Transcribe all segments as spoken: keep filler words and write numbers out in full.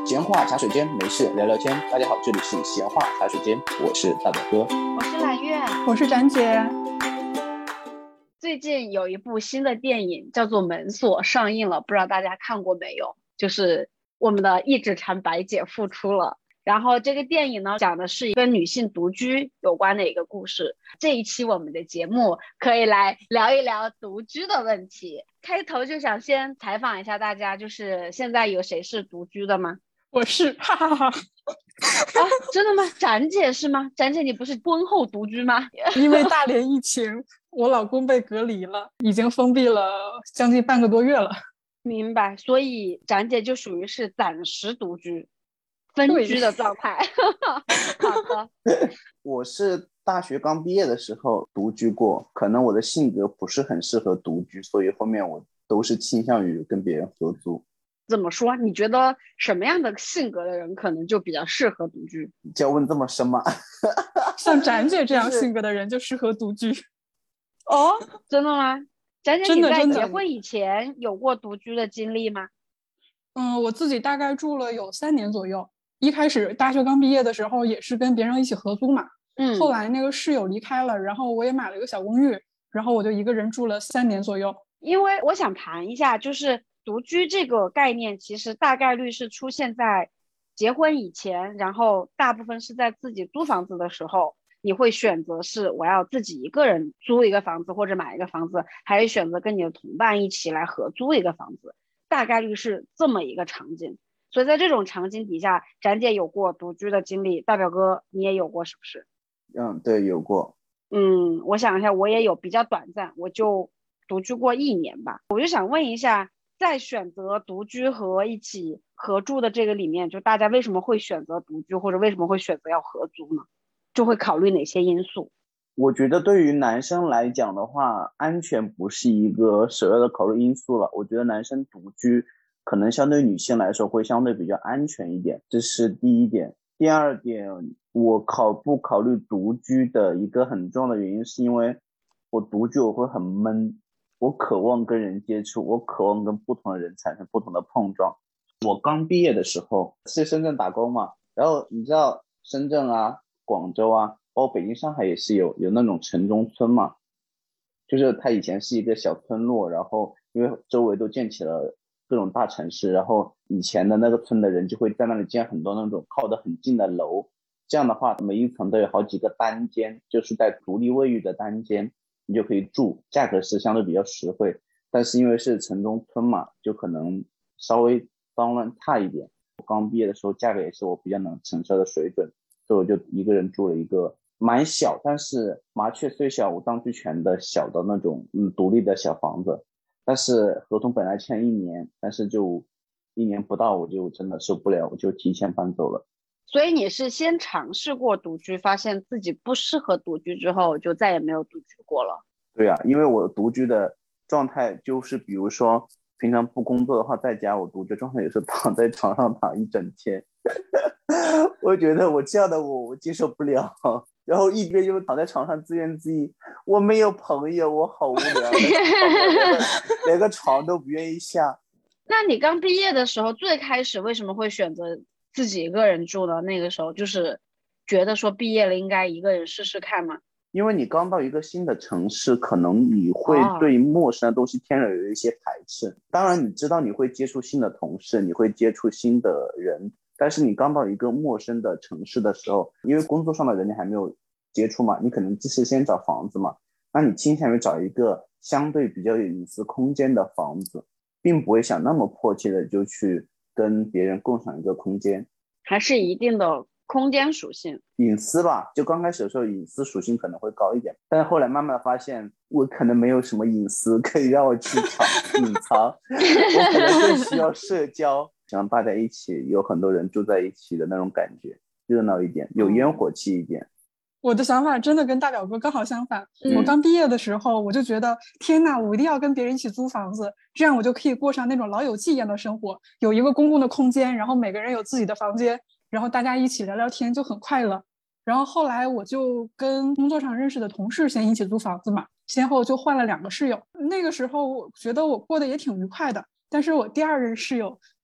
闲话茶水间，没事聊聊天。大家好，这里是闲话茶水间，我是大表哥， 我是蓝月， 我是展姐。 最近有一部新的电影叫做《门锁》上映了，不知道大家看过没有？就是我们的一指禅白姐复出了。然后这个电影呢，讲的是跟女性独居有关的一个故事。这一期我们的节目可以来聊一聊独居的问题。开头就想先采访一下大家，就是现在有谁是独居的吗？ 我是，哈哈哈。 啊，真的吗？展姐是吗？展姐你不是婚后独居吗？ 因为大连疫情，我老公被隔离了，已经封闭了将近半个多月了。 明白，所以展姐就属于是暂时独居分居的状态。好的。 我是大学刚毕业的时候独居过，可能我的性格不是很适合独居，所以后面我都是倾向于跟别人合租。 怎么说？你觉得什么样的性格的人可能就比较适合独居？ 就要问这么深吗？ 像展姐这样性格的人就适合独居。 哦，真的吗？展姐，你在真的结婚以前有过独居的经历吗？ 嗯，我自己大概住了有三年左右。一开始大学刚毕业的时候也是跟别人一起合租嘛，嗯，后来那个室友离开了，然后我也买了一个小公寓，然后我就一个人住了三年左右。 因为我想谈一下，就是独居这个概念其实大概率是出现在结婚以前，然后大部分是在自己租房子的时候，你会选择是我要自己一个人租一个房子或者买一个房子，还是选择跟你的同伴一起来合租一个房子，大概率是这么一个场景。所以在这种场景底下，展姐有过独居的经历，大表哥你也有过是不是？ 嗯，对，有过。 嗯，我想一下，我也有，比较短暂，我就独居过一年吧。我就想问一下，在选择独居和一起合住的这个里面，就大家为什么会选择独居，或者为什么会选择要合租呢？就会考虑哪些因素？ 我觉得对于男生来讲的话，安全不是一个首要的考虑因素了。我觉得男生独居可能相对女性来说会相对比较安全一点，这是第一点。第二点，我考不考虑独居的一个很重要的原因是因为我独居我会很闷，我渴望跟人接触，我渴望跟不同的人产生不同的碰撞。我刚毕业的时候去深圳打工嘛，然后你知道深圳啊、广州啊，包括北京、上海也是有有那种城中村嘛，就是它以前是一个小村落，然后因为周围都建起了各种大城市，然后以前的那个村的人就会在那里建很多那种靠得很近的楼，这样的话每一层都有好几个单间，就是带独立卫浴的单间，你就可以住，价格是相对比较实惠，但是因为是城中村嘛，就可能稍微脏乱差一点。我刚毕业的时候价格也是我比较能承受的水准，所以我就一个人住了一个蛮小，但是麻雀虽小五脏俱全的小的那种嗯独立的小房子，但是合同本来签一年，但是就一年不到我就真的受不了，我就提前搬走了。 所以你是先尝试过独居，发现自己不适合独居之后就再也没有独居过了？ 对啊，因为我独居的状态就是比如说平常不工作的话，在家我独居状态也是躺在床上躺一整天我觉得我这样的我我接受不了，然后一边就躺在床上自怨自艾，我没有朋友，我好无聊连个, 连个床都不愿意下。 那你刚毕业的时候最开始为什么会选择自己一个人住呢？那个时候就是觉得说毕业了应该一个人试试看嘛。 因为你刚到一个新的城市，可能你会对陌生的东西天然有一些排斥、哦、当然你知道你会接触新的同事，你会接触新的人，但是你刚到一个陌生的城市的时候，因为工作上的人你还没有接触嘛，你可能就是先找房子嘛，那你倾向于找一个相对比较有隐私空间的房子，并不会想那么迫切的就去跟别人共享一个空间， 还是一定的空间属性隐私吧，就刚开始的时候隐私属性可能会高一点，但是后来慢慢发现我可能没有什么隐私可以让我去隐藏我可能更需要社交，想大家一起有很多人住在一起的那种感觉，热闹一点，有烟火气一点、嗯、 我的想法真的跟大表哥刚好相反、嗯、我刚毕业的时候我就觉得天哪，我一定要跟别人一起租房子，这样我就可以过上那种老友记一样的生活，有一个公共的空间，然后每个人有自己的房间，然后大家一起聊聊天就很快乐。然后后来我就跟工作上认识的同事先一起租房子嘛，先后就换了两个室友。那个时候我觉得我过得也挺愉快的，但是我第二任室友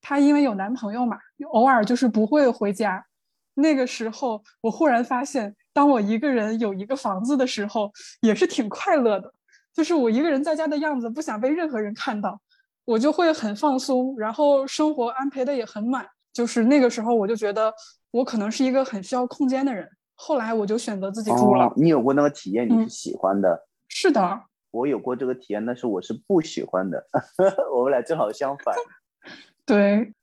她因为有男朋友嘛，偶尔就是不会回家。那个时候我忽然发现，当我一个人有一个房子的时候也是挺快乐的，就是我一个人在家的样子不想被任何人看到，我就会很放松，然后生活安排的也很满。就是那个时候我就觉得我可能是一个很需要空间的人，后来我就选择自己住了。 哦，你有过那个体验，你是喜欢的？ 嗯，是的， 我有过这个体验，但是我是不喜欢的。我们俩正好相反。 对。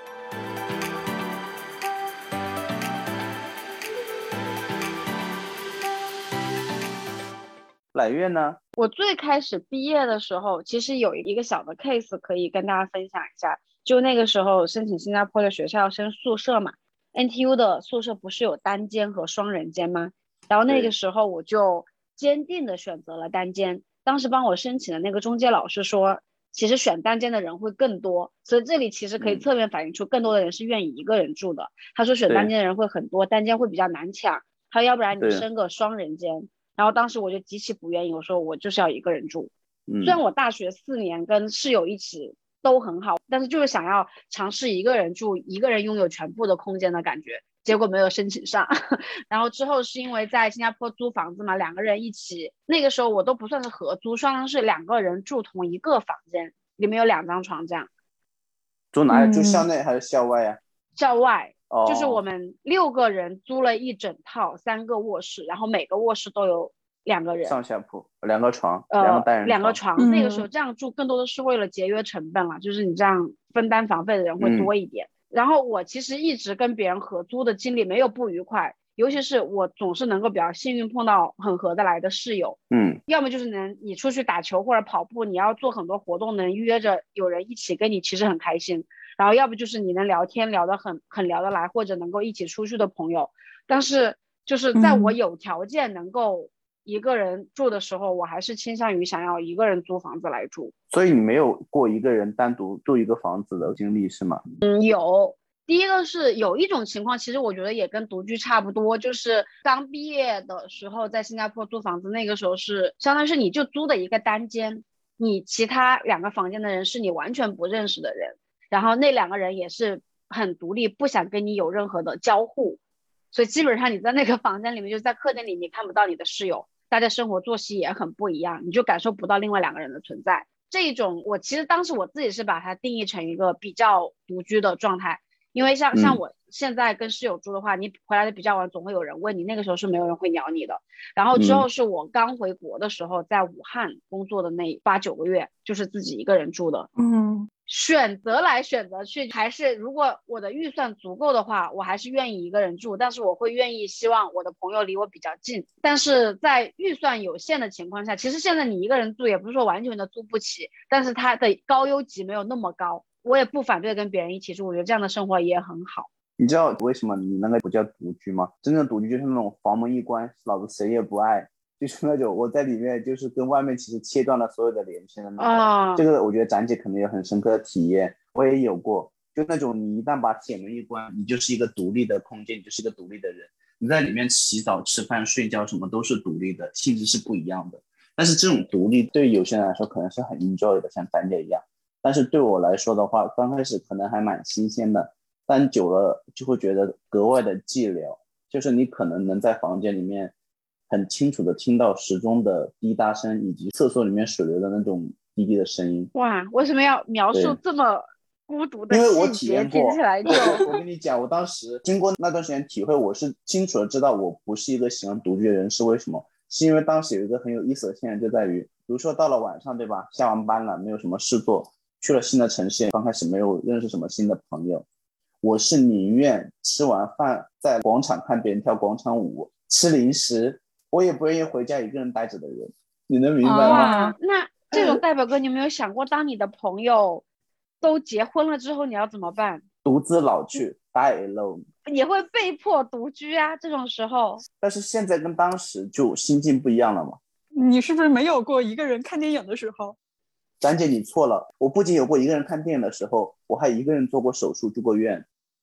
揽月呢？ 我最开始毕业的时候，其实有一个小的 case 可以跟大家分享一下。就那个时候申请新加坡的学校升宿舍嘛 ，N T U 的宿舍不是有单间和双人间吗？然后那个时候我就坚定的选择了单间。当时帮我申请的那个中介老师说，其实选单间的人会更多，所以这里其实可以侧面反映出更多的人是愿意一个人住的。嗯、他说选单间的人会很多，单间会比较难抢，他要不然你升个双人间。然后当时我就极其不愿意，我说我就是要一个人住。嗯、虽然我大学四年跟室友一起都很好，但是就是想要尝试一个人住，一个人拥有全部的空间的感觉，结果没有申请上。然后之后是因为在新加坡租房子嘛，两个人一起，那个时候我都不算是合租，双方是两个人住同一个房间，里面有两张床这样。 住哪里？住校内还是校外啊？ 校外。哦、就是我们六个人租了一整套三个卧室，然后每个卧室都有两个人， 上下铺，两个床， 呃， 两个单人床， 两个床、嗯。那个时候这样住更多的是为了节约成本了，就是你这样分担房费的人会多一点。嗯、然后我其实一直跟别人合租的经历没有不愉快，尤其是我总是能够比较幸运碰到很合得来的室友。嗯，要么就是能你出去打球或者跑步，你要做很多活动，能约着有人一起跟你，其实很开心。然后要不就是你能聊天聊得很很聊得来，或者能够一起出去的朋友。但是就是在我有条件能够一个人住的时候、嗯、我还是倾向于想要一个人租房子来住。 所以你没有过一个人单独住一个房子的经历是吗？ 嗯，有。第一个是有一种情况，其实我觉得也跟独居差不多，就是刚毕业的时候在新加坡租房子，那个时候是相当于是你就租的一个单间，你其他两个房间的人是你完全不认识的人，然后那两个人也是很独立，不想跟你有任何的交互，所以基本上你在那个房间里面，就在客厅里你看不到你的室友，大家生活作息也很不一样，你就感受不到另外两个人的存在。这一种我其实当时我自己是把它定义成一个比较独居的状态，因为像像我现在跟室友住的话、嗯、你回来的比较晚总会有人问你，那个时候是没有人会鸟你的。然后之后是我刚回国的时候、嗯、在武汉工作的那八九个月就是自己一个人住的。嗯，选择来选择去，还是如果我的预算足够的话，我还是愿意一个人住，但是我会愿意希望我的朋友离我比较近。但是在预算有限的情况下，其实现在你一个人住也不是说完全的租不起，但是它的高优级没有那么高，我也不反对跟别人一起住，我觉得这样的生活也很好。 你知道为什么你那个不叫独居吗？真正独居就是那种房门一关，老子谁也不爱，就是那种我在里面就是跟外面其实切断了所有的联系的那种、哦、这个我觉得展姐可能有很深刻的体验，我也有过，就那种你一旦把铁门一关，你就是一个独立的空间，你就是一个独立的人，你在里面洗澡吃饭睡觉什么都是独立的，性质是不一样的。但是这种独立对于有些人来说可能是很 enjoy 的，像展姐一样，但是对我来说的话，刚开始可能还蛮新鲜的，但久了就会觉得格外的寂寥，就是你可能能在房间里面很清楚的听到时钟的滴答声，以及厕所里面水流的那种滴滴的声音。 哇，为什么要描述这么孤独的细节？ 因为我体验过， 听起来就我跟你讲，我当时经过那段时间体会，我是清楚的知道我不是一个喜欢独居的人，是为什么？是因为当时有一个很有意思的现象，就在于比如说到了晚上对吧，下完班了没有什么事做，去了新的城市，刚开始没有认识什么新的朋友，我是宁愿吃完饭在广场看别人跳广场舞吃零食，我也不愿意回家一个人待着的人，你能明白吗？ 哦、那这种代表哥你有没有想过，当你的朋友都结婚了之后你要怎么办？ 独自老去 die alone， 也会被迫独居啊，这种时候。 但是现在跟当时就心境不一样了嘛。 你是不是没有过一个人看电影的时候？ 展姐你错了，我不仅有过一个人看电影的时候，我还一个人做过手术住过院。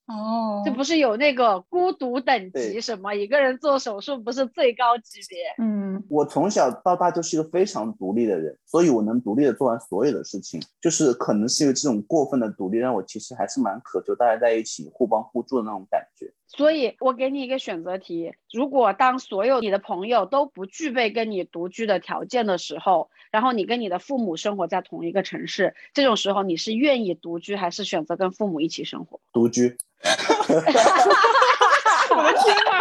哦， 这不是有那个孤独等级什么，一个人做手术不是最高级别。 嗯， 我从小到大就是一个非常独立的人，所以我能独立的做完所有的事情，就是可能是因为这种过分的独立让我其实还是蛮渴求大家在一起互帮互助的那种感觉。 所以我给你一个选择题，如果当所有你的朋友都不具备跟你独居的条件的时候，然后你跟你的父母生活在同一个城市，这种时候你是愿意独居还是选择跟父母一起生活？ 独居。 我的天哪！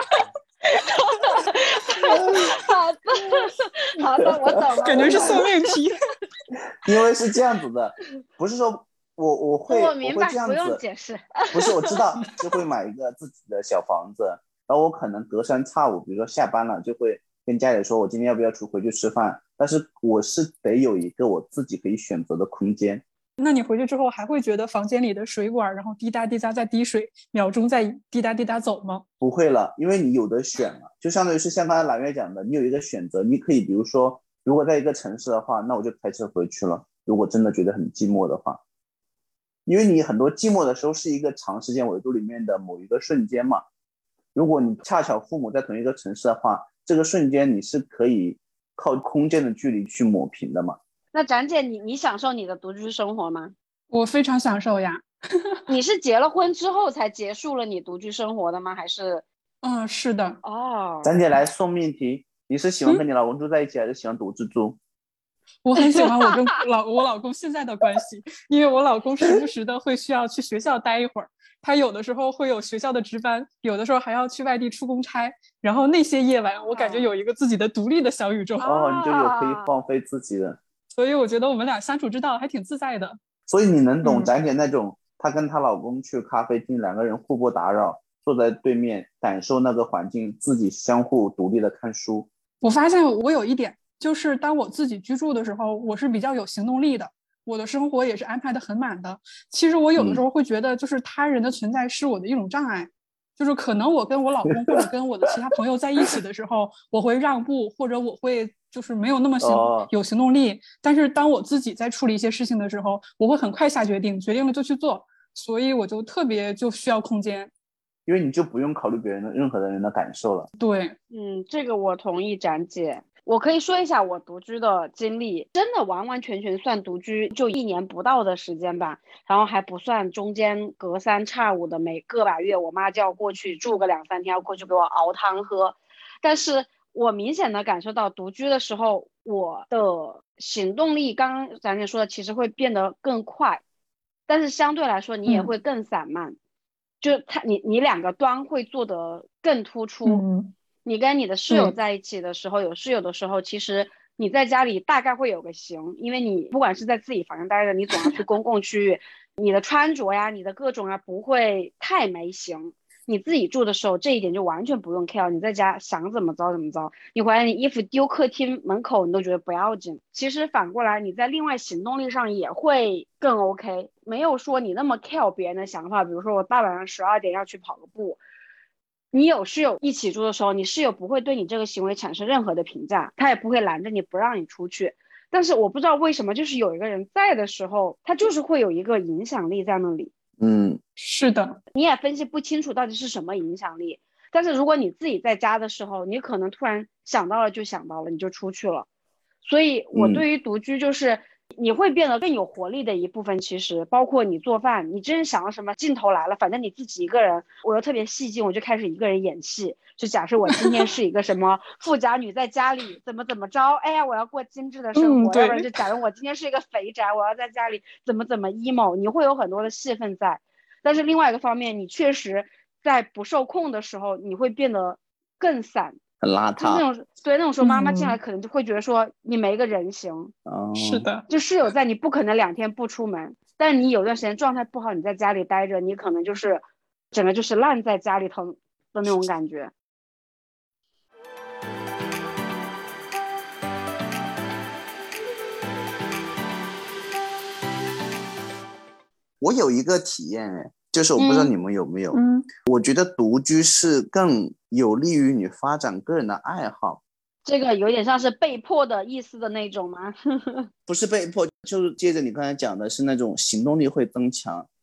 好的，好的，我懂了。 感觉是送命题。 因为是这样子的，不是说我我会我明白， 我会这样子， 不用解释。 不是，我知道，就会买一个自己的小房子，然后我可能隔三差五，比如说下班了，就会跟家里说，我今天要不要出回去吃饭？但是我是得有一个我自己可以选择的空间。 那你回去之后还会觉得房间里的水管然后滴答滴答在滴水，秒钟在滴答滴答走吗？ 不会了，因为你有的选了，就相当于是像刚才蓝月讲的，你有一个选择，你可以比如说如果在一个城市的话，那我就开车回去了，如果真的觉得很寂寞的话，因为你很多寂寞的时候是一个长时间维度里面的某一个瞬间嘛，如果你恰巧父母在同一个城市的话，这个瞬间你是可以靠空间的距离去抹平的嘛。 那展姐，你你享受你的独居生活吗？ 我非常享受呀。 你是结了婚之后才结束了你独居生活的吗？还是？ 嗯，是的。 哦， 展姐来送命题，你是喜欢跟你老公住在一起，嗯、还是喜欢独自住？ 我很喜欢我跟老我老公现在的关系，因为我老公时不时的会需要去学校待一会儿，他有的时候会有学校的值班，有的时候还要去外地出公差，然后那些夜晚我感觉有一个自己的独立的小宇宙。 哦，你就有可以放飞自己的。 所以我觉得我们俩相处之道还挺自在的。 所以你能懂展姐那种、嗯、她跟她老公去咖啡厅，两个人互不打扰，坐在对面感受那个环境，自己相互独立的看书。 我发现我有一点，就是当我自己居住的时候，我是比较有行动力的，我的生活也是安排的很满的。其实我有的时候会觉得就是他人的存在是我的一种障碍、嗯、就是可能我跟我老公或者跟我的其他朋友在一起的时候我会让步，或者我会就是没有那么行、哦、有行动力，但是当我自己在处理一些事情的时候，我会很快下决定，决定了就去做，所以我就特别就需要空间， 因为你就不用考虑别人的任何的人的感受了。 对， 嗯，这个我同意展姐。我可以说一下我独居的经历，真的完完全全算独居就一年不到的时间吧，然后还不算中间隔三差五的每个把月我妈就要过去住个两三天，要过去给我熬汤喝。但是我明显的感受到独居的时候，我的行动力刚刚展姐说的其实会变得更快，但是相对来说你也会更散漫、嗯、就他你你两个端会做得更突出、 嗯， 你跟你的室友在一起的时候、嗯、有室友的时候，其实你在家里大概会有个型，因为你不管是在自己房间待着，你总要去公共区域你的穿着呀你的各种啊不会太没型。你自己住的时候这一点就完全不用 care， 你在家想怎么着怎么着，你回来你衣服丢客厅门口你都觉得不要紧。其实反过来你在另外行动力上也会更 OK， 没有说你那么 care 别人的想法，比如说我大晚上十二点要去跑个步，你有室友一起住的时候，你室友不会对你这个行为产生任何的评价，他也不会拦着你不让你出去。但是我不知道为什么就是有一个人在的时候，他就是会有一个影响力在那里。 嗯， 是的， 你也分析不清楚到底是什么影响力，但是如果你自己在家的时候，你可能突然想到了就想到了，你就出去了。所以我对于独居就是你会变得更有活力的一部分，其实包括你做饭，你真想到什么镜头来了，反正你自己一个人，我又特别戏精，我就开始一个人演戏，就假设我今天是一个什么富家女在家里怎么怎么着，哎呀我要过精致的生活、嗯、要不然就假如我今天是一个肥宅，我要在家里怎么怎么 emo， 你会有很多的戏份在。但是另外一个方面，你确实在不受控的时候你会变得更散很邋遢， 那种对那种时候妈妈进来可能就会觉得说你没个人形、 嗯、 是的， 就室友在你不可能两天不出门，但是你有段时间状态不好，你在家里待着，你可能就是整个就是烂在家里头的那种感觉。 我有一个体验，就是我不知道你们有没有、 嗯、 我觉得独居是更有利于你发展个人的爱好。 这个有点像是被迫的意思的那种吗？ 不是被迫，就是接着你刚才讲的是那种行动力会增强，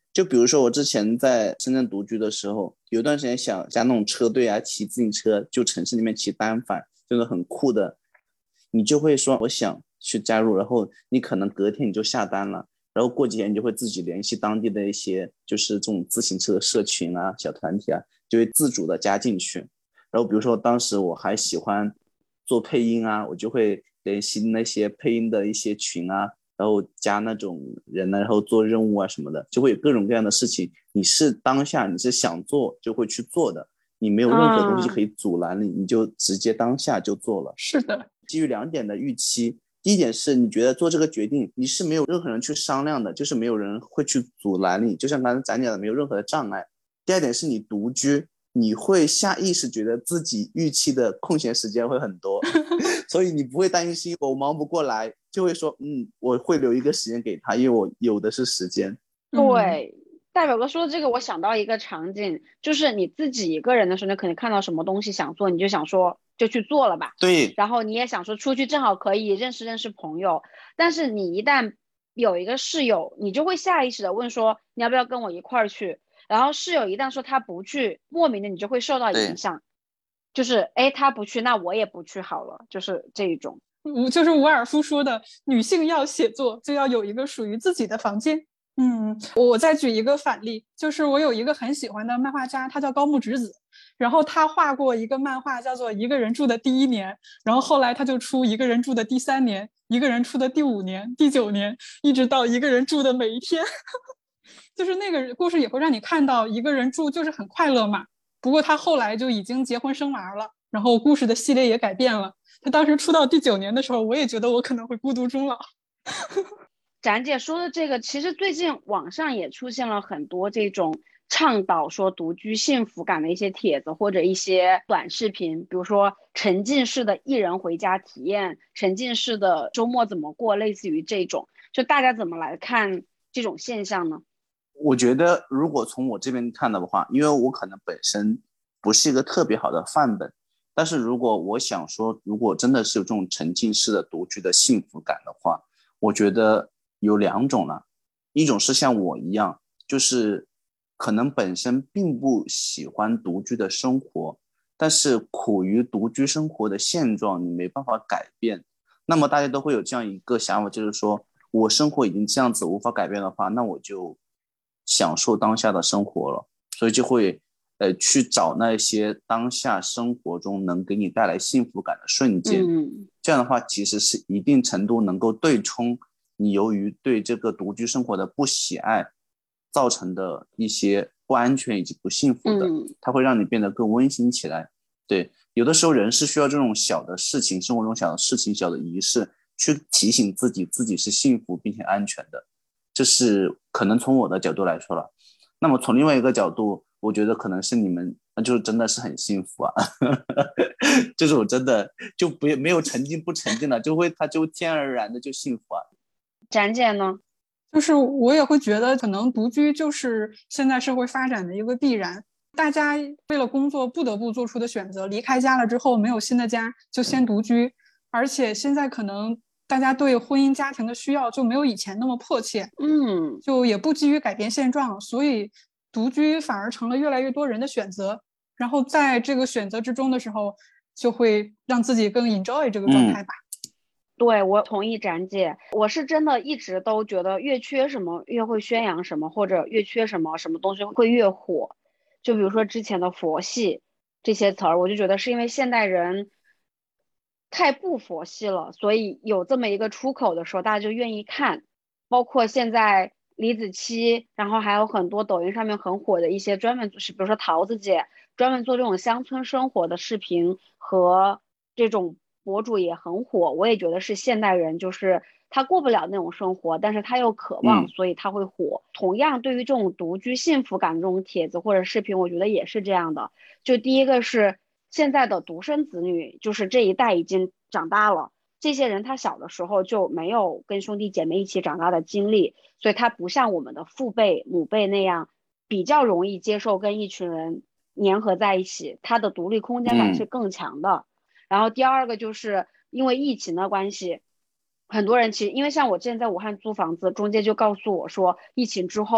就比如说我之前在深圳独居的时候，有段时间想加那种车队啊，骑自行车，就城市里面骑单反，就是很酷的，你就会说我想去加入，然后你可能隔天你就下单了，然后过几天你就会自己联系当地的一些就是这种自行车的社群啊、小团体啊，就会自主的加进去。然后比如说当时我还喜欢做配音啊，我就会联系那些配音的一些群啊，然后加那种人呢，然后做任务啊什么的，就会有各种各样的事情。你是当下你是想做就会去做的，你没有任何东西可以阻拦你，你就直接当下就做了。 是的， 基于两点的预期，第一点是你觉得做这个决定你是没有任何人去商量的，就是没有人会去阻拦你，就像刚才咱讲的没有任何的障碍。第二点是你独居，你会下意识觉得自己预期的空闲时间会很多所以你不会担心我忙不过来，就会说嗯，我会留一个时间给他，因为我有的是时间。 对，大表哥说的这个我想到一个场景，就是你自己一个人的时候，你可能看到什么东西想做，你就想说就去做了吧。 对， 然后你也想说出去正好可以认识认识朋友，但是你一旦有一个室友，你就会下意识的问说你要不要跟我一块儿去，然后室友一旦说他不去，莫名的你就会受到影响，就是哎他不去，那我也不去好了，就是这一种。 就是伍尔夫说的，女性要写作就要有一个属于自己的房间。嗯，我再举一个反例，就是我有一个很喜欢的漫画家，他叫高木直子，然后他画过一个漫画叫做《一个人住的第一年》，然后后来他就出《一个人住的第三年》，一个人住的第五年、第九年，一直到一个人住的每一天就是那个故事也会让你看到一个人住就是很快乐嘛，不过他后来就已经结婚生娃了，然后故事的系列也改变了。他当时出到第九年的时候，我也觉得我可能会孤独终老展姐说的这个，其实最近网上也出现了很多这种倡导说独居幸福感的一些帖子或者一些短视频，比如说沉浸式的一人回家体验，沉浸式的周末怎么过，类似于这种，就大家怎么来看这种现象呢？ 我觉得如果从我这边看的话，因为我可能本身不是一个特别好的范本，但是如果我想说，如果真的是有这种沉浸式的独居的幸福感的话，我觉得有两种了。一种是像我一样，就是可能本身并不喜欢独居的生活，但是苦于独居生活的现状，你没办法改变。那么大家都会有这样一个想法，就是说我生活已经这样子无法改变的话，那我就享受当下的生活了，所以就会呃去找那些当下生活中能给你带来幸福感的瞬间。 嗯， 这样的话其实是一定程度能够对冲你由于对这个独居生活的不喜爱造成的一些不安全以及不幸福的， 嗯， 它会让你变得更温馨起来。对，有的时候人是需要这种小的事情，生活中小的事情、小的仪式，去提醒自己自己是幸福并且安全的。这是可能从我的角度来说了。那么从另外一个角度，我觉得可能是你们就真的是很幸福啊这种真的就不没有沉浸不沉浸了，就会它就天而然的就幸福啊。 展姐呢？ 就是我也会觉得可能独居就是现在社会发展的一个必然，大家为了工作不得不做出的选择，离开家了之后没有新的家就先独居，而且现在可能大家对婚姻家庭的需要就没有以前那么迫切， 嗯， 就也不急于改变现状，所以独居反而成了越来越多人的选择，然后在这个选择之中的时候就会让自己更 enjoy 这个状态吧。 嗯，对，我同意展姐，我是真的一直都觉得越缺什么越会宣扬什么，或者越缺什么什么东西会越火。就比如说之前的佛系这些词儿，我就觉得是因为现代人太不佛系了，所以有这么一个出口的时候，大家就愿意看。包括现在李子柒，然后还有很多抖音上面很火的一些专门是，比如说桃子姐，专门做这种乡村生活的视频和这种博主也很火。我也觉得是现代人，就是他过不了那种生活，但是他又渴望， 嗯， 所以他会火。同样，对于这种独居幸福感这种帖子或者视频，我觉得也是这样的。就第一个是现在的独生子女，就是这一代已经长大了。这些人他小的时候就没有跟兄弟姐妹一起长大的经历，所以他不像我们的父辈母辈那样比较容易接受跟一群人粘合在一起，他的独立空间感是更强的。嗯，然后第二个就是因为疫情的关系，很多人其实因为像我之前在武汉租房子，中介就告诉我说疫情之后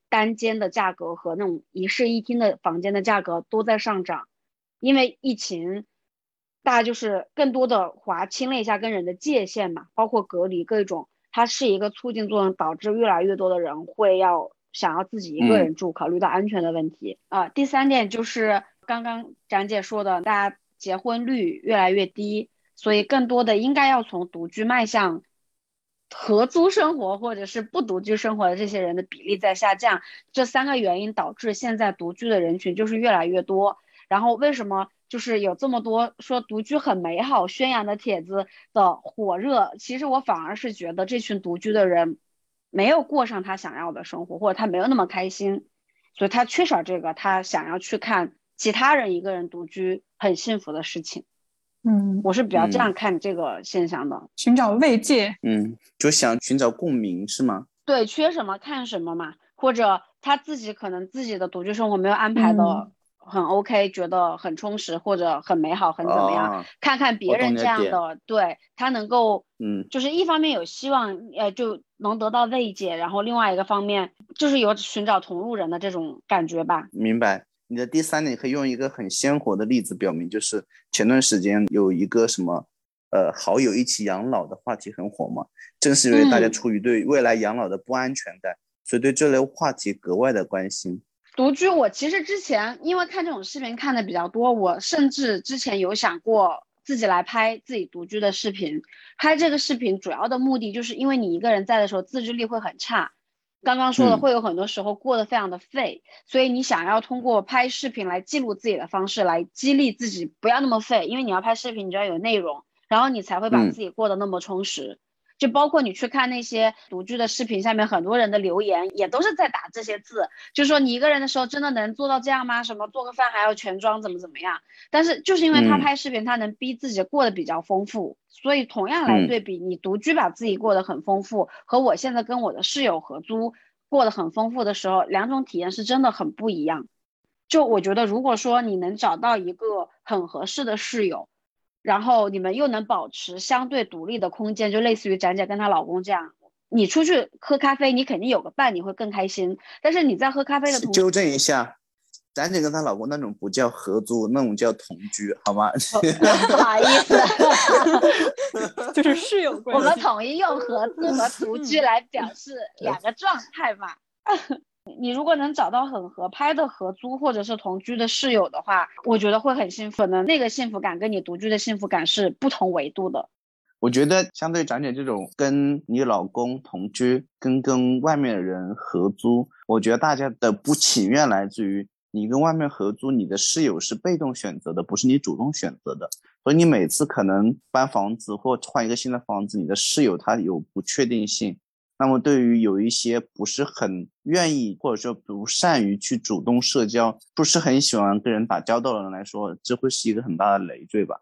单间的价格和那种一室一厅的房间的价格都在上涨，因为疫情，大家就是更多的划清了一下跟人的界限嘛，包括隔离各种，它是一个促进作用，导致越来越多的人会要想要自己一个人住，嗯、考虑到安全的问题啊、呃。第三点就是刚刚展姐说的，大家结婚率越来越低，所以更多的应该要从独居迈向合租生活或者是不独居生活的这些人的比例在下降，这三个原因导致现在独居的人群就是越来越多。然后为什么就是有这么多说独居很美好宣扬的帖子的火热，其实我反而是觉得这群独居的人没有过上他想要的生活，或者他没有那么开心，所以他缺少这个，他想要去看其他人一个人独居很幸福的事情。 嗯， 我是比较这样看这个现象的， 嗯、寻找慰藉， 嗯，就想寻找共鸣是吗？ 对，缺什么看什么嘛，或者他自己可能自己的独居生活没有安排的很 OK，、嗯、觉得很充实或者很美好，很怎么样，哦、看看别人这样的，对他能够，嗯，就是一方面有希望，呃，就能得到慰藉，然后另外一个方面就是有寻找同路人的这种感觉吧。 明白。你的第三点可以用一个很鲜活的例子表明，就是前段时间有一个什么呃好友一起养老的话题很火嘛，正是因为大家出于对未来养老的不安全感、嗯、所以对这类话题格外的关心。 独居我其实之前因为看这种视频看的比较多，我甚至之前有想过自己来拍自己独居的视频。拍这个视频主要的目的就是因为你一个人在的时候自制力会很差，刚刚说的会有很多时候过得非常的废、嗯、所以你想要通过拍视频来记录自己的方式来激励自己不要那么废，因为你要拍视频你就要有内容，然后你才会把自己过得那么充实、嗯、就包括你去看那些独居的视频下面很多人的留言也都是在打这些字，就是说你一个人的时候真的能做到这样吗？什么做个饭还要全妆怎么怎么样，但是就是因为他拍视频、嗯、他能逼自己过得比较丰富，所以同样来对比、嗯、你独居把自己过得很丰富和我现在跟我的室友合租过得很丰富的时候，两种体验是真的很不一样。就我觉得如果说你能找到一个很合适的室友，然后你们又能保持相对独立的空间，就类似于展姐跟她老公这样，你出去喝咖啡你肯定有个伴你会更开心，但是你在喝咖啡的同时， 纠正一下，展姐跟她老公那种不叫合租，那种叫同居，好吗？ 不好意思就是室友关系， 我们统一用合租和独居来表示两个状态嘛你如果能找到很合拍的合租或者是同居的室友的话，我觉得会很幸福的，那个幸福感跟你独居的幸福感是不同维度的。 我觉得相对展姐这种跟你老公同居跟跟外面的人合租，我觉得大家的不情愿来自于你跟外面合租，你的室友是被动选择的，不是你主动选择的，所以你每次可能搬房子或换一个新的房子，你的室友他有不确定性，那么对于有一些不是很愿意或者说不善于去主动社交，不是很喜欢跟人打交道的人来说，这会是一个很大的累赘吧。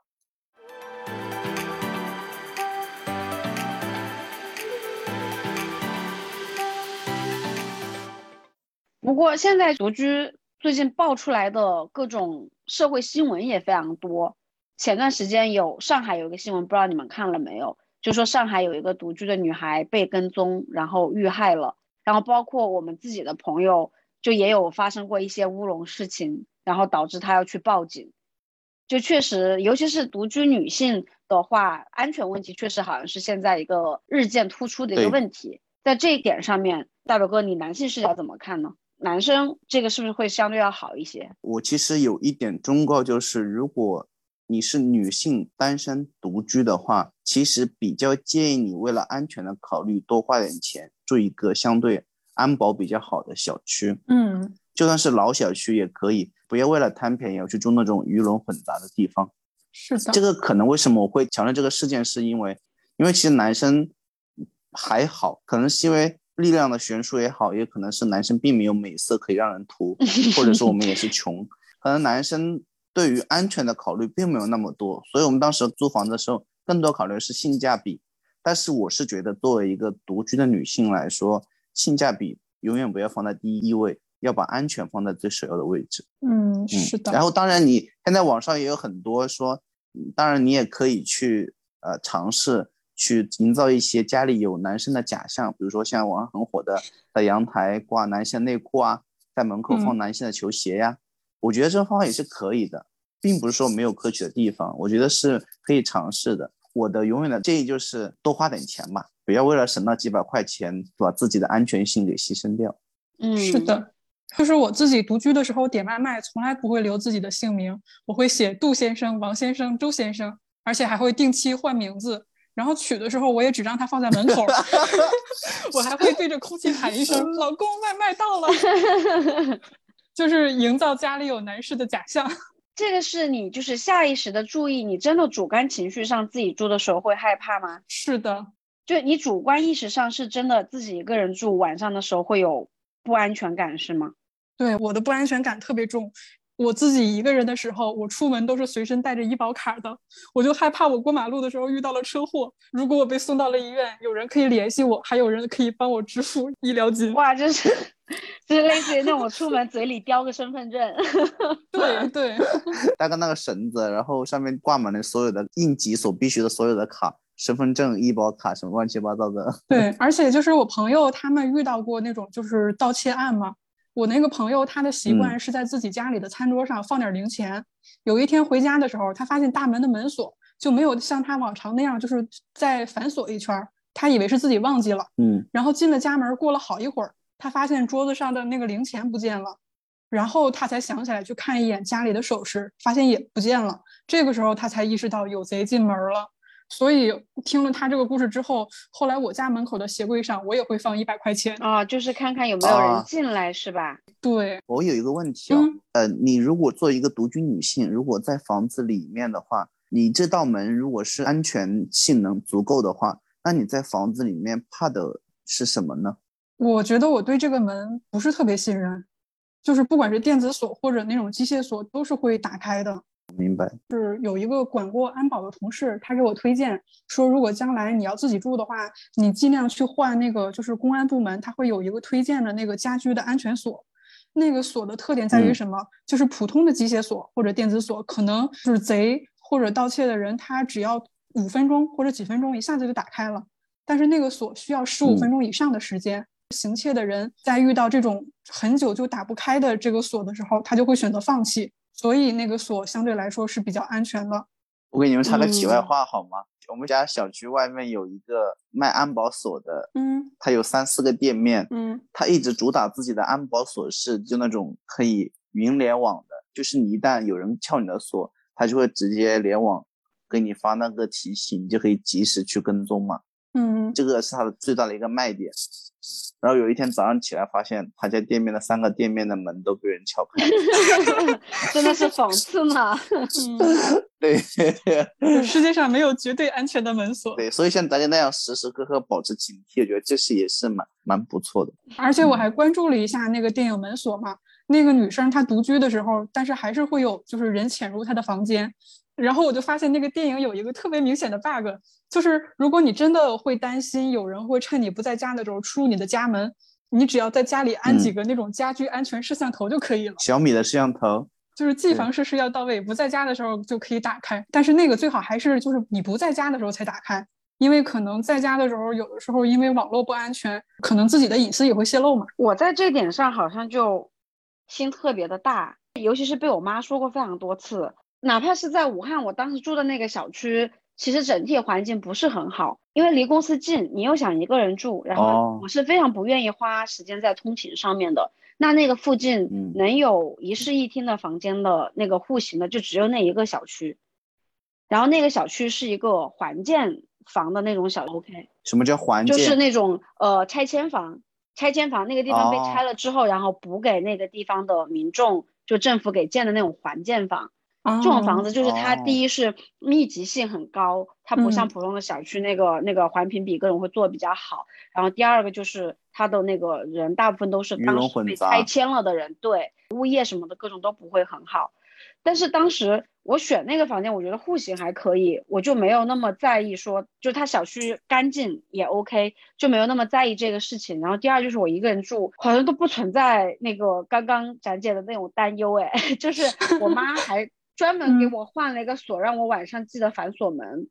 不过现在独居最近爆出来的各种社会新闻也非常多，前段时间有上海有一个新闻，不知道你们看了没有，就说上海有一个独居的女孩被跟踪然后遇害了，然后包括我们自己的朋友就也有发生过一些乌龙事情，然后导致她要去报警。就确实尤其是独居女性的话，安全问题确实好像是现在一个日渐突出的一个问题。在这一点上面，大表哥你男性视角怎么看呢？男生这个是不是会相对要好一些？ 我其实有一点忠告，就是如果你是女性单身独居的话，其实比较建议你为了安全的考虑多花点钱住一个相对安保比较好的小区， 嗯， 就算是老小区也可以，不要为了贪便宜要去住那种鱼龙混杂的地方。 是的， 这个可能为什么我会强调这个事件，是因为因为其实男生还好，可能是因为力量的悬殊也好，也可能是男生并没有美色可以让人图，或者说我们也是穷，可能男生对于安全的考虑并没有那么多，所以我们当时租房子的时候更多考虑的是性价比。但是我是觉得作为一个独居的女性来说，性价比永远不要放在第一位，要把安全放在最首要的位置。 嗯，是的。 嗯、然后当然你现在网上也有很多说，当然你也可以去呃尝试去营造一些家里有男生的假象，比如说像网上很火的在阳台挂男性内裤啊，在门口放男性的球鞋呀、啊嗯、我觉得这种方法也是可以的，并不是说没有可取的地方，我觉得是可以尝试的。我的永远的建议就是多花点钱嘛，不要为了省那几百块钱把自己的安全性给牺牲掉。 嗯，是的，就是我自己独居的时候点外卖从来不会留自己的姓名，我会写杜先生、王先生、周先生，而且还会定期换名字，然后取的时候我也只让他放在门口我还会对着空气喊一声老公外卖到了就是营造家里有男士的假象。 这个是你就是下意识的注意，你真的主观情绪上自己住的时候会害怕吗？ 是的， 就你主观意识上是真的自己一个人住晚上的时候会有不安全感是吗？ 对，我的不安全感特别重，我自己一个人的时候我出门都是随身带着医保卡的，我就害怕我过马路的时候遇到了车祸，如果我被送到了医院，有人可以联系我，还有人可以帮我支付医疗金。 哇，就是就是类似于那种出门嘴里叼个身份证对对， 带个那个绳子，然后上面挂满了所有的应急所必须的所有的卡，身份证、医保卡什么乱七八糟的。 对，而且就是我朋友他们遇到过那种就是盗窃案嘛，我那个朋友他的习惯是在自己家里的餐桌上放点零钱、嗯、有一天回家的时候他发现大门的门锁就没有像他往常那样就是再反锁一圈，他以为是自己忘记了， 嗯， 然后进了家门，过了好一会儿他发现桌子上的那个零钱不见了，然后他才想起来去看一眼家里的首饰，发现也不见了，这个时候他才意识到有贼进门了。所以听了他这个故事之后，后来我家门口的鞋柜上我也会放一百块钱啊、哦，就是看看有没有人进来、啊、是吧？ 对。 我有一个问题哦、嗯，呃，你如果做一个独居女性，如果在房子里面的话，你这道门如果是安全性能足够的话，那你在房子里面怕的是什么呢？ 我觉得我对这个门不是特别信任，就是不管是电子锁或者那种机械锁都是会打开的。 明白。 是有一个管过安保的同事，他给我推荐说，如果将来你要自己住的话，你尽量去换那个就是公安部门他会有一个推荐的那个家居的安全锁，那个锁的特点在于什么、嗯、就是普通的机械锁或者电子锁可能就是贼或者盗窃的人他只要五分钟或者几分钟一下子就打开了，但是那个锁需要十五分钟以上的时间、嗯，行窃的人在遇到这种很久就打不开的这个锁的时候，他就会选择放弃，所以那个锁相对来说是比较安全的。 我给你们插个题外话好吗、嗯、我们家小区外面有一个卖安保锁的， 嗯， 他有三四个店面， 嗯， 他一直主打自己的安保锁是就那种可以云联网的，就是你一旦有人撬你的锁，他就会直接联网给你发那个提醒，你就可以及时去跟踪嘛。 嗯， 这个是他的最大的一个卖点。然后有一天早上起来发现他家店面的三个店面的门都被人撬开真的是讽刺呢嗯， 对世界上没有绝对安全的门锁。 对，所以像大家那样时时刻刻保持警惕，我觉得这是也是蛮蛮不错的。 而且我还关注了一下那个电影门锁嘛、嗯、那个女生她独居的时候，但是还是会有就是人潜入她的房间，然后我就发现那个电影有一个特别明显的 bug， 就是如果你真的会担心有人会趁你不在家的时候出入你的家门，你只要在家里安几个那种家居安全摄像头就可以了、嗯、 小米的摄像头， 就是既防设施要到位，不在家的时候就可以打开，但是那个最好还是就是你不在家的时候才打开，因为可能在家的时候有的时候因为网络不安全，可能自己的隐私也会泄露嘛。 我在这点上好像就心特别的大，尤其是被我妈说过非常多次，哪怕是在武汉我当时住的那个小区，其实整体环境不是很好，因为离公司近，你又想一个人住，然后我是非常不愿意花时间在通勤上面的、哦、那那个附近能有一室一厅的房间的那个户型的就只有那一个小区，然后那个小区是一个环建房的那种小 OK。 什么叫环建？ 就是那种呃拆迁房，拆迁房那个地方被拆了之后、哦、然后补给那个地方的民众，就政府给建的那种环建房。这种房子就是它第一是密集性很高、哦、它不像普通的小区那个、嗯、那个环评比各种会做得比较好，然后第二个就是它的那个人大部分都是当时被拆迁了的人，对，物业什么的各种都不会很好。但是当时我选那个房间我觉得户型还可以，我就没有那么在意说就它小区干净也 OK， 就没有那么在意这个事情。然后第二就是我一个人住好像都不存在那个刚刚展姐的那种担忧，哎，就是我妈还专门给我换了一个锁让我晚上记得反锁门，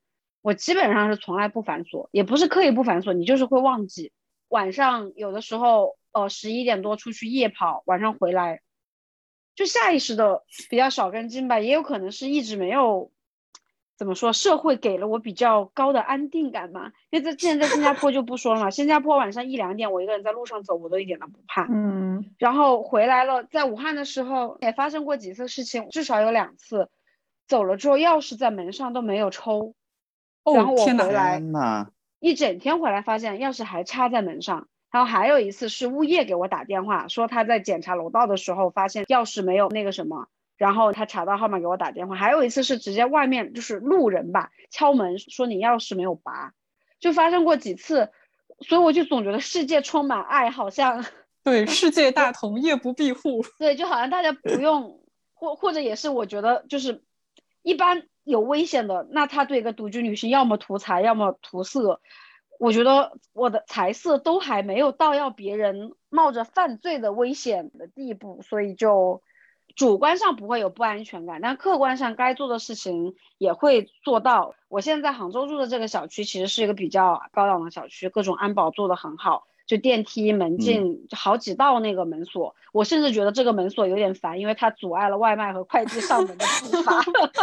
我基本上是从来不反锁，也不是刻意不反锁，你就是会忘记。晚上有的时候呃十一点多出去夜跑，晚上回来就下意识的比较少根筋吧，也有可能是一直没有怎么说，社会给了我比较高的安定感嘛。因为在之前在新加坡就不说了嘛，新加坡晚上一两点我一个人在路上走我都一点都不怕。 嗯， 然后回来了，在武汉的时候也发生过几次事情，至少有两次走了之后钥匙在门上都没有抽， 哦， 然后我天哪回来天哪， 一整天回来发现钥匙还插在门上。然后还有一次是物业给我打电话说他在检查楼道的时候发现钥匙没有那个什么，然后他查到号码给我打电话。还有一次是直接外面就是路人吧敲门说你钥匙没有拔，就发生过几次。所以我就总觉得世界充满爱，好像对，世界大同，夜不闭户。 对，就好像大家不用或或者也是我觉得就是一般有危险的，那他对一个独居女性要么图财要么图色，我觉得我的财色都还没有到要别人冒着犯罪的危险的地步，所以就主观上不会有不安全感，但客观上该做的事情也会做到。我现在在杭州住的这个小区其实是一个比较高档的小区，各种安保做得很好，就电梯门禁好几道那个门锁、嗯、我甚至觉得这个门锁有点烦，因为它阻碍了外卖和快递上门的步伐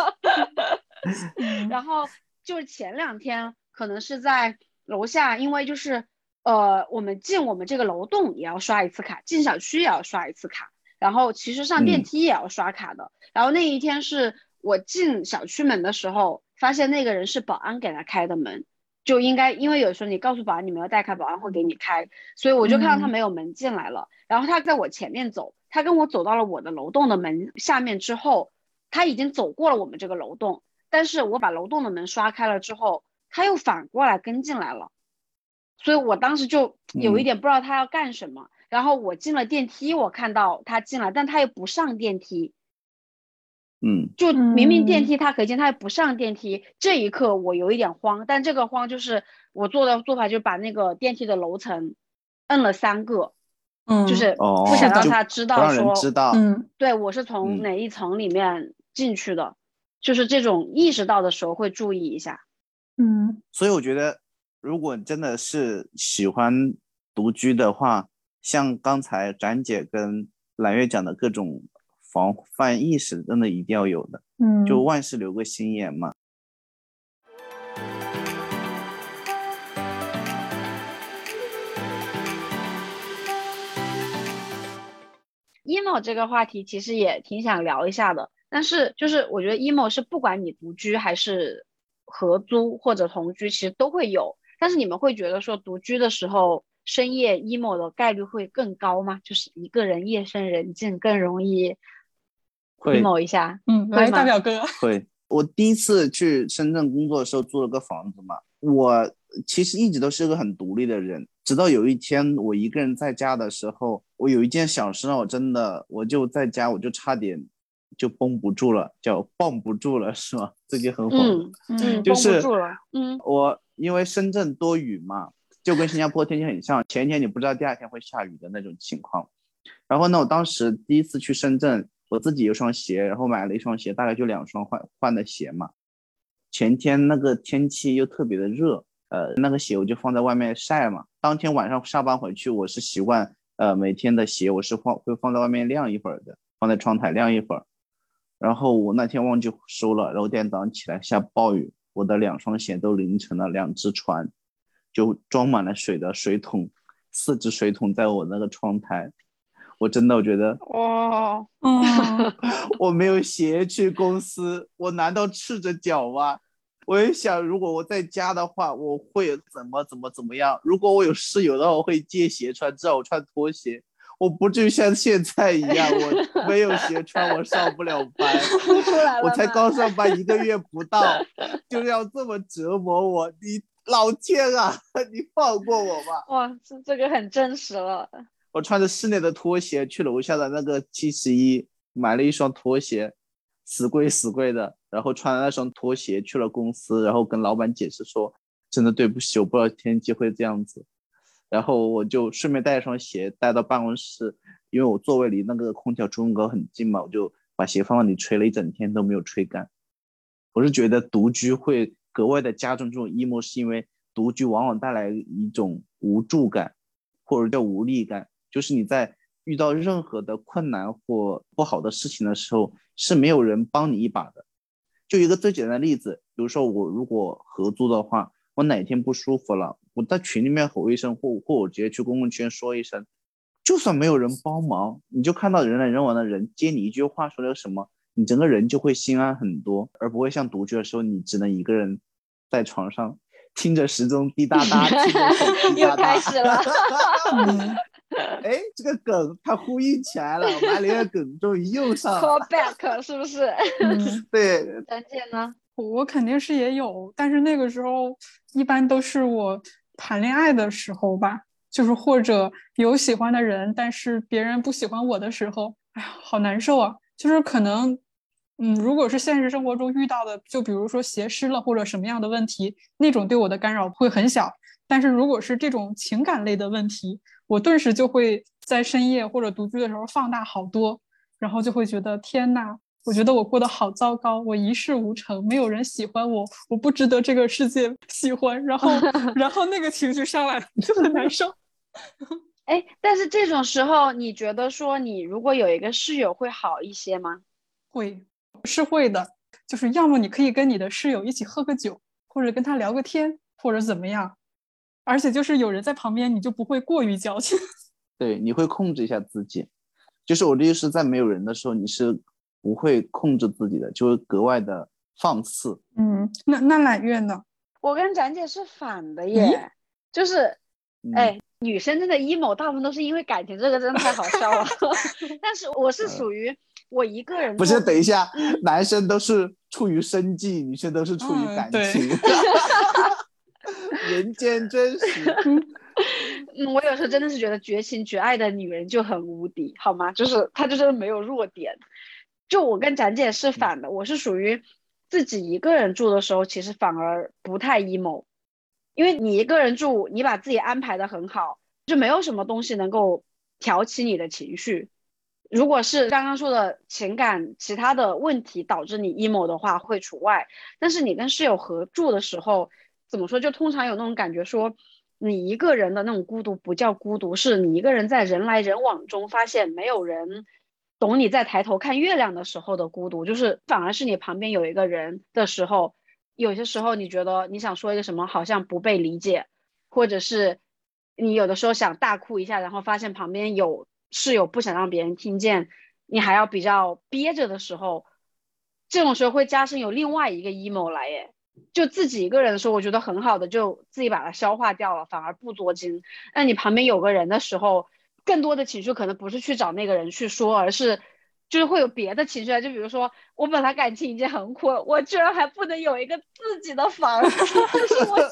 然后就是前两天可能是在楼下，因为就是呃我们进我们这个楼栋也要刷一次卡，进小区也要刷一次卡，然后其实上电梯也要刷卡的、嗯、然后那一天是我进小区门的时候发现那个人是保安给他开的门，就应该因为有时候你告诉保安你没有带开，保安会给你开，所以我就看到他没有门进来了、嗯、然后他在我前面走，他跟我走到了我的楼栋的门下面之后，他已经走过了我们这个楼栋，但是我把楼栋的门刷开了之后他又反过来跟进来了，所以我当时就有一点不知道他要干什么、嗯、然后我进了电梯，我看到他进来但他又不上电梯， 嗯， 就明明电梯他可以进他也不上电梯、嗯、这一刻我有一点慌，但这个慌就是我做的做法就是把那个电梯的楼层摁了三个，嗯，就是不想让他知道说、哦、不让人知道，嗯，对，我是从哪一层里面进去的、嗯、就是这种意识到的时候会注意一下。 嗯， 所以我觉得如果真的是喜欢独居的话，像刚才展姐跟蓝月讲的各种防范意识真的一定要有的，嗯，就万事留个心眼嘛。 emo 这个话题其实也挺想聊一下的，但是就是我觉得 emo 是不管你独居还是合租或者同居其实都会有，但是你们会觉得说独居的时候深夜 emo 的概率会更高吗？就是一个人夜深人静更容易 emo 一下。 嗯，来大表哥。 会，我第一次去深圳工作的时候租了个房子嘛，我其实一直都是个很独立的人，直到有一天我一个人在家的时候，我有一件小事让我真的我就在家我就差点就绷不住了，叫绷不住了是吗？这就很火， 嗯嗯， 就是绷不住了。嗯， 我因为深圳多雨嘛，就跟新加坡天气很像，前一天你不知道第二天会下雨的那种情况。然后呢，我当时第一次去深圳，我自己有双鞋，然后买了一双鞋，大概就两双换换的鞋嘛。前天那个天气又特别的热，呃，那个鞋我就放在外面晒嘛。当天晚上下班回去，我是习惯，呃，每天的鞋我是放会放在外面晾一会儿的，放在窗台晾一会儿。然后我那天忘记收了，然后第二天早上起来下暴雨，我的两双鞋都淋成了两只船，就装满了水的水桶，四只水桶在我那个窗台。我真的我觉得哇， 嗯， 我没有鞋去公司，我难道赤着脚吗？我也想如果我在家的话我会怎么怎么怎么样，如果我有室友的话我会借鞋穿，至少我穿拖鞋，我不至于像现在一样我没有鞋穿我上不了班哭出来了， 我才刚上班一个月不到就要这么折磨我，你老天啊你放过我吧。 哇，这这个很真实了。 我穿着室内的拖鞋去楼下的那个七十一买了一双拖鞋，死贵死贵的，然后穿了那双拖鞋去了公司，然后跟老板解释说真的对不起，我不知道天气会这样子，然后我就顺便带一双鞋带到办公室，因为我座位离那个空调出风口很近嘛，我就把鞋放到那里吹了一整天都没有吹干。我是觉得独居会格外的加重这种 emo， 是因为独居往往带来一种无助感或者叫无力感，就是你在遇到任何的困难或不好的事情的时候是没有人帮你一把的。就一个最简单的例子，比如说我如果合租的话，我哪天不舒服了，我在群里面吼一声，或或我直接去公共区说一声，就算没有人帮忙，你就看到人来人往的人接你一句话说了什么，你整个人就会心安很多，而不会像独居的时候你只能一个人在床上听着时钟滴答答听着滴答答又开始了哎，这个梗它呼应起来了，马里的梗终于用上了 call back 是不是？ 嗯， 对。 张姐呢？ 我肯定是也有，但是那个时候一般都是我谈恋爱的时候吧，就是或者有喜欢的人但是别人不喜欢我的时候，哎呀好难受啊。就是可能嗯，如果是现实生活中遇到的，就比如说鞋湿了或者什么样的问题，那种对我的干扰会很小，但是如果是这种情感类的问题，我顿时就会在深夜或者独居的时候放大好多，然后就会觉得天哪，我觉得我过得好糟糕，我一事无成，没有人喜欢我，我不值得这个世界喜欢，然后然后那个情绪上来了就很难受。 哎，但是这种时候你觉得说你如果有一个室友会好一些吗？ 会，是会的，就是要么你可以跟你的室友一起喝个酒，或者跟他聊个天，或者怎么样，而且就是有人在旁边你就不会过于矫情。 对，你会控制一下自己，就是我的意思，在没有人的时候你是不会控制自己的，就会格外的放肆。 嗯，那那揽月呢？ 我跟展姐是反的耶，就是哎、 嗯， 女生真的 emo 大部分都是因为感情，这个真的太好笑了但是我是属于我一个人不是， 做等一下， 嗯男生都是出于生计，女生都是出于感情。人间真实。 嗯，我有时候真的是觉得绝情绝爱的女人就很无敌，好吗？就是她就真的没有弱点。就我跟展姐是反的，我是属于自己一个人住的时候，其实反而不太 emo，因为你一个人住，你把自己安排的很好，就没有什么东西能够挑起你的情绪。如果是刚刚说的情感其他的问题导致你 emo 的话，会除外。但是你跟室友合住的时候，怎么说？就通常有那种感觉说，你一个人的那种孤独不叫孤独，是你一个人在人来人往中发现没有人懂你在抬头看月亮的时候的孤独，就是反而是你旁边有一个人的时候，有些时候你觉得你想说一个什么好像不被理解，或者是你有的时候想大哭一下，然后发现旁边有室友不想让别人听见，你还要比较憋着的时候，这种时候会加深有另外一个 emo 来耶。就自己一个人的时候，我觉得很好的，就自己把它消化掉了，反而不作精。那你旁边有个人的时候，更多的情绪可能不是去找那个人去说，而是就是会有别的情绪来。就比如说，我本来感情已经很苦了，我居然还不能有一个自己的房子，就是我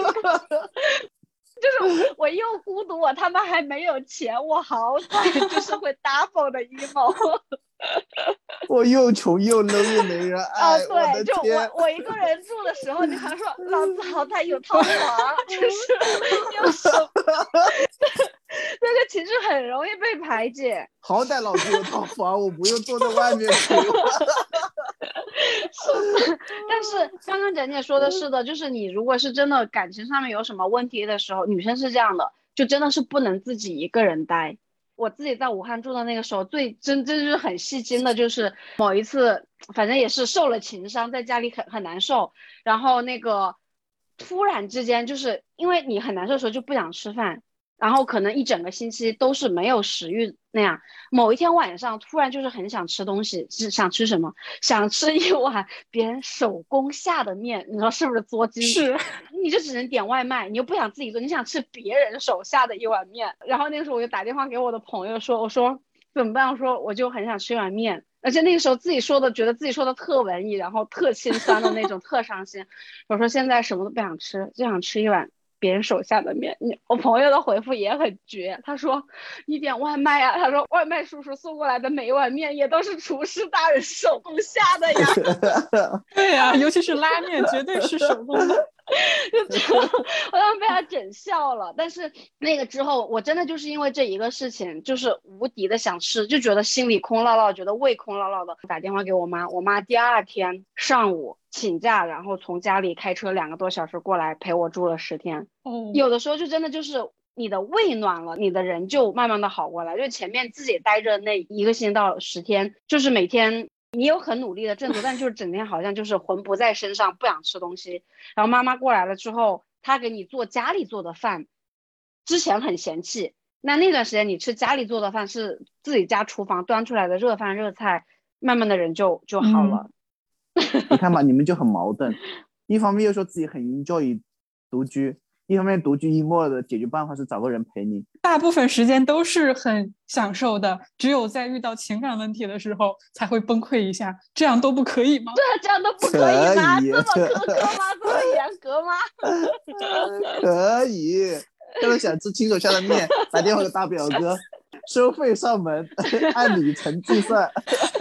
就是我又孤独，我他妈还没有钱，我好惨，就是会 double 的 emo。 我又穷又 low 又没人爱。 哦，对， 我的就天， 我我一个人住的时候，你常说老子好歹有套房，就是有什么，那个情绪很容易被排解。 好歹老子有套房，我不用坐在外面哭。 是的，但是刚刚简姐说的是的，就是你如果是真的感情上面有什么问题的时候，女生是这样的，就真的是不能自己一个人待。我自己在武汉住的那个时候，最真真就是很细心的，就是某一次，反正也是受了情伤，在家里很很难受，然后那个突然之间，就是因为你很难受的时候就不想吃饭，然后可能一整个星期都是没有食欲那样。某一天晚上突然就是很想吃东西，是想吃什么？想吃一碗别人手工下的面，你说是不是作精？ 是， 你就只能点外卖，你又不想自己做，你想吃别人手下的一碗面。然后那个时候我就打电话给我的朋友说，我说怎么办？我说我就很想吃一碗面，而且那个时候自己说的，觉得自己说的特文艺，然后特心酸的那种，特伤心。我说现在什么都不想吃，就想吃一碗别人手下的面。你我朋友的回复也很绝，他说你点外卖啊，他说外卖叔叔送过来的每一碗面也都是厨师大人手工下的呀。 对呀、啊，尤其是拉面，绝对是手工的。 就我当时被他整笑了。但是那个之后我真的就是因为这一个事情就是无敌的想吃，就觉得心里空落落，觉得胃空落落的，打电话给我妈，我妈第二天上午请假，然后从家里开车两个多小时过来陪我住了十天。 哦， 有的时候就真的就是你的胃暖了，你的人就慢慢的好过来。就前面自己待着那一个星期到十天，就是每天你有很努力的振作，但就是整天好像就是魂不在身上，不想吃东西。然后妈妈过来了之后，她给你做家里做的饭，之前很嫌弃，那那段时间你吃家里做的饭，是自己家厨房端出来的热饭热菜，慢慢的人就就好了。 嗯、你看吧，你们就很矛盾，一方面又说自己很 enjoy 独居，一方面独居 emo 的解决办法是找个人陪你， 大部分时间都是很享受的，只有在遇到情感问题的时候才会崩溃一下，这样都不可以吗？ 对啊，这样都不可以吗？这么苛刻吗？这么严格吗？ 可以，要是想吃亲手下的面，打电话给大表哥，收费上门，按里程计算。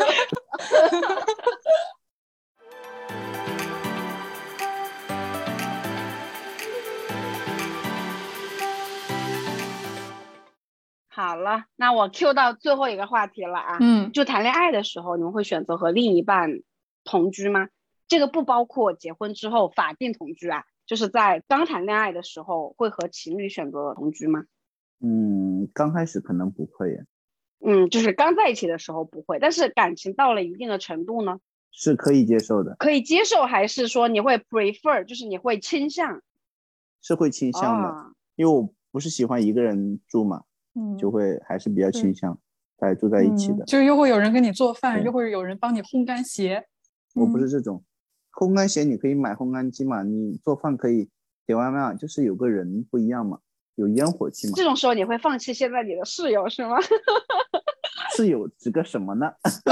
好了，那我 Q 到最后一个话题了啊。 嗯， 就谈恋爱的时候，你们会选择和另一半同居吗？这个不包括结婚之后法定同居啊，就是在刚谈恋爱的时候会和情侣选择同居吗？ 嗯，刚开始可能不会耶。 嗯，就是刚在一起的时候不会，但是感情到了一定的程度呢， 是可以接受的。 可以接受，还是说你会 prefer， 就是你会倾向？ 是会倾向的、哦、因为我不是喜欢一个人住嘛，嗯，就会还是比较倾向大家住在一起的、 嗯、就是又会有人给你做饭，又会有人帮你烘干鞋。 我不是这种、嗯、烘干鞋你可以买烘干机嘛，你做饭可以点外卖，就是有个人不一样嘛，有烟火气嘛。 这种时候你会放弃现在你的室友是吗？ 室友指个什么呢？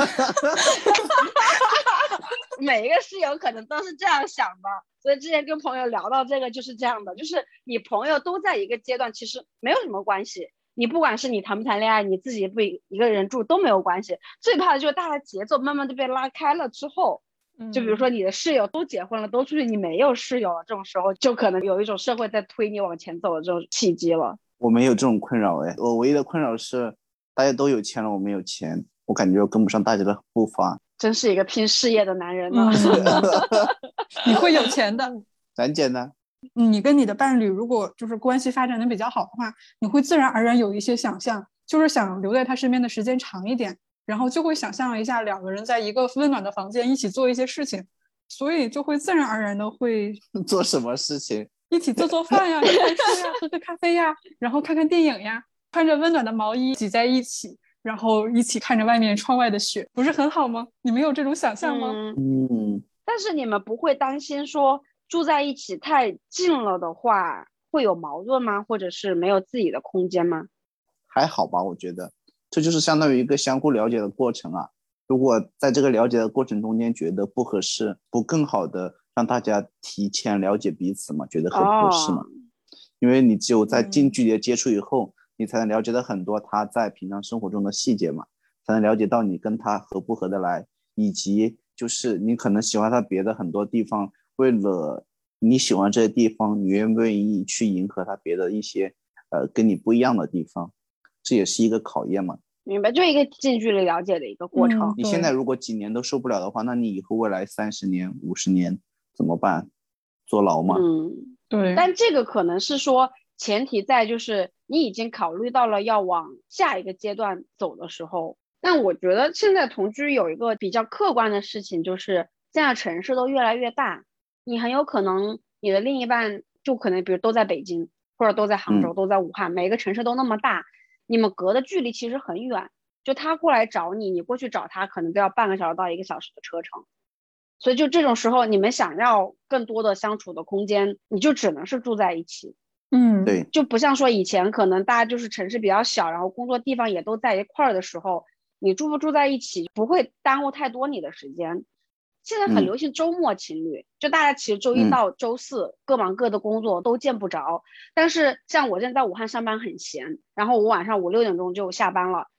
每一个室友可能都是这样想的，所以之前跟朋友聊到这个就是这样的，就是你朋友都在一个阶段，其实没有什么关系，你不管是你谈不谈恋爱，你自己不一个人住都没有关系，最怕的就是大家节奏慢慢就被拉开了之后，就比如说你的室友都结婚了，都出去，你没有室友了，这种时候就可能有一种社会在推你往前走的这种契机了。 我没有这种困扰哎，我唯一的困扰是大家都有钱了，我没有钱，我感觉我跟不上大家的步伐。 真是一个拼事业的男人呢、 嗯、你会有钱的。 咱姐呢？ 你跟你的伴侣如果就是关系发展的比较好的话，你会自然而然有一些想象，就是想留在他身边的时间长一点，然后就会想象一下两个人在一个温暖的房间一起做一些事情，所以就会自然而然的会做什么事情？ 一起做做饭呀，看看书呀，喝喝咖啡呀，然后看看电影呀，穿着温暖的毛衣挤在一起，然后一起看着外面窗外的雪，不是很好吗？你们有这种想象吗？ 嗯， 但是你们不会担心说住在一起太近了的话会有矛盾吗？或者是没有自己的空间吗？ 还好吧，我觉得这就是相当于一个相互了解的过程啊。如果在这个了解的过程中间觉得不合适，不更好的让大家提前了解彼此嘛，觉得合不合适嘛、哦、因为你只有在近距离的接触以后、嗯、你才能了解到很多他在平常生活中的细节嘛，才能了解到你跟他合不合得来，以及就是你可能喜欢他别的很多地方，为了你喜欢这些地方，你愿不愿意去迎合他别的一些呃跟你不一样的地方，这也是一个考验嘛。 明白，就一个近距离了解的一个过程、嗯、 你现在如果几年都受不了的话，那你以后未来三十年五十年怎么办？坐牢吗？ 嗯， 对。 但这个可能是说前提在就是你已经考虑到了要往下一个阶段走的时候。但我觉得现在同居有一个比较客观的事情，就是现在城市都越来越大，你很有可能你的另一半就可能比如都在北京或者都在杭州、嗯、都在武汉，每个城市都那么大，你们隔的距离其实很远，就他过来找你，你过去找他可能都要半个小时到一个小时的车程，所以就这种时候你们想要更多的相处的空间，你就只能是住在一起。 嗯， 对， 就不像说以前可能大家就是城市比较小，然后工作地方也都在一块儿的时候，你住不住在一起不会耽误太多你的时间。现在很流行周末情侣、嗯、就大家其实周一到周四、嗯、各忙各的工作都见不着，但是像我现在在武汉上班很闲，然后我晚上五六点钟就下班了，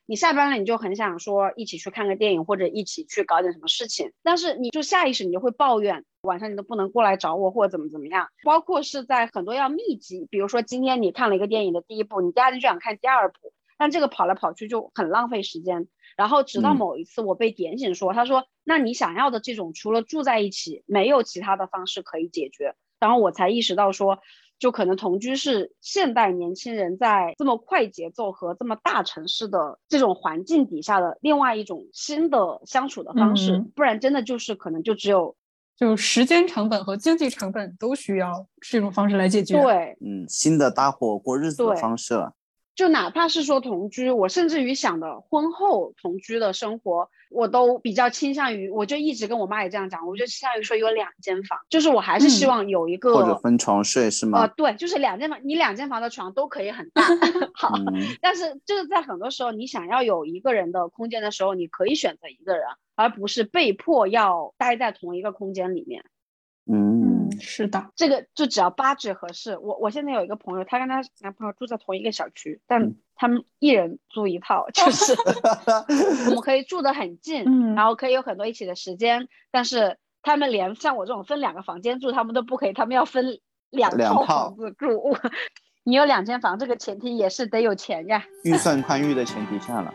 你下班了你就很想说一起去看个电影，或者一起去搞点什么事情，但是你就下意识你就会抱怨晚上你都不能过来找我，或者怎么怎么样。包括是在很多要密集，比如说今天你看了一个电影的第一部，你第二天就想看第二部，但这个跑来跑去就很浪费时间。然后直到某一次我被点醒说、嗯、他说那你想要的这种除了住在一起没有其他的方式可以解决，然后我才意识到说就可能同居是现代年轻人在这么快节奏和这么大城市的这种环境底下的另外一种新的相处的方式、嗯、不然真的就是可能就只有就时间成本和经济成本都需要这种方式来解决。 对， 嗯，新的搭伙过日子的方式了。 就哪怕是说同居，我甚至于想的婚后同居的生活，我都比较倾向于，我就一直跟我妈也这样讲，我就倾向于说有两间房，就是我还是希望有一个、 嗯、或者分床睡是吗？ 呃，对，就是两间房，你两间房的床都可以很大好、嗯、但是就是在很多时候你想要有一个人的空间的时候，你可以选择一个人，而不是被迫要待在同一个空间里面。 嗯， 是的， 这个就只要八字合适。我我现在有一个朋友，她跟她男朋友住在同一个小区，但他们一人租一套，就是我们可以住得很近、嗯、然后可以有很多一起的时间，但是他们连像我这种分两个房间住他们都不可以，他们要分两套房子住。你有两间房，这个前提也是得有钱呀， 预算宽裕的前提下了。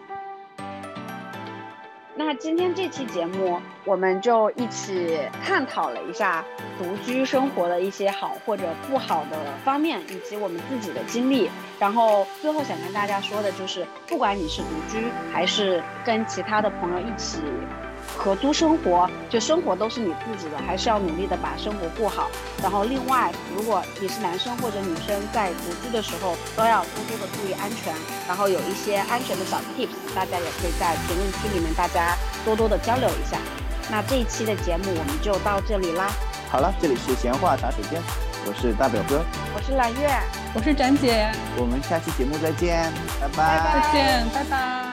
那今天这期节目我们就一起探讨了一下独居生活的一些好或者不好的方面，以及我们自己的经历。然后最后想跟大家说的就是，不管你是独居还是跟其他的朋友一起合租生活，就生活都是你自己的，还是要努力的把生活过好。然后另外，如果你是男生或者女生在独居的时候，都要多多的注意安全，然后有一些安全的小 tips， 大家也可以在评论区里面大家多多的交流一下。那这一期的节目我们就到这里啦。 好了，这里是闲话茶水间，我是大表哥， 我是蓝月， 我是展姐， 我们下期节目再见，拜拜， 再见，拜拜。